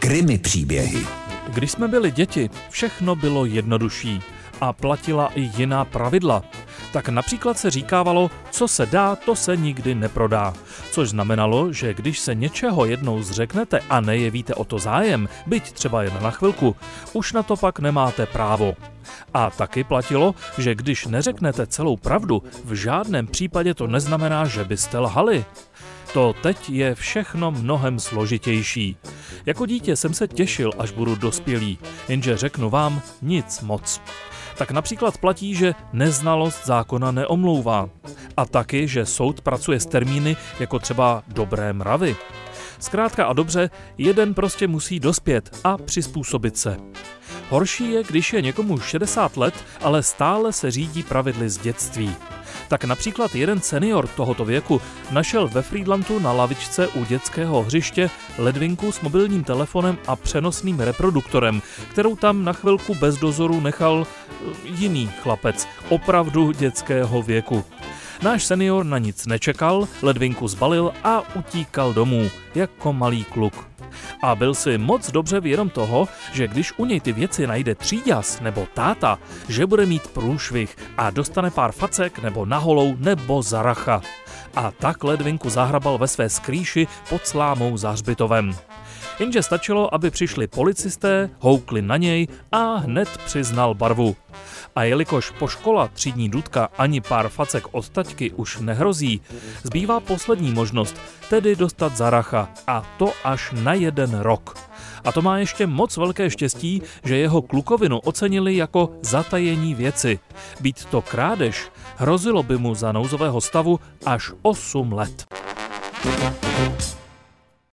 Krimi příběhy. Když jsme byli děti, všechno bylo jednodušší a platila i jiná pravidla. Tak například se říkávalo, co se dá, to se nikdy neprodá. Což znamenalo, že když se něčeho jednou zřeknete a nejevíte o to zájem, byť třeba jen na chvilku, už na to pak nemáte právo. A taky platilo, že když neřeknete celou pravdu, v žádném případě to neznamená, že byste lhali. To teď je všechno mnohem složitější. Jako dítě jsem se těšil, až budu dospělý, jenže řeknu vám nic moc. Tak například platí, že neznalost zákona neomlouvá. A taky, že soud pracuje s termíny jako třeba dobré mravy. Zkrátka a dobře, jeden prostě musí dospět a přizpůsobit se. Horší je, když je někomu 60 let, ale stále se řídí pravidly z dětství. Tak například jeden senior tohoto věku našel ve Frýdlantu na lavičce u dětského hřiště ledvinku s mobilním telefonem a přenosným reproduktorem, kterou tam na chvilku bez dozoru nechal jiný chlapec, opravdu dětského věku. Náš senior na nic nečekal, ledvinku zbalil a utíkal domů, jako malý kluk. A byl si moc dobře vědom toho, že když u něj ty věci najde tříďas nebo táta, že bude mít průšvih a dostane pár facek nebo naholou nebo zaracha. A tak ledvinku zahrabal ve své skrýši pod slámou za hřbitovem. Jenže stačilo, aby přišli policisté, houkli na něj a hned přiznal barvu. A jelikož po škola třídní Dudka ani pár facek od taťky už nehrozí, zbývá poslední možnost, tedy dostat zaracha, a to až na 1 rok. A to má ještě moc velké štěstí, že jeho klukovinu ocenili jako zatajení věci. Být to krádež, hrozilo by mu za nouzového stavu až 8 let.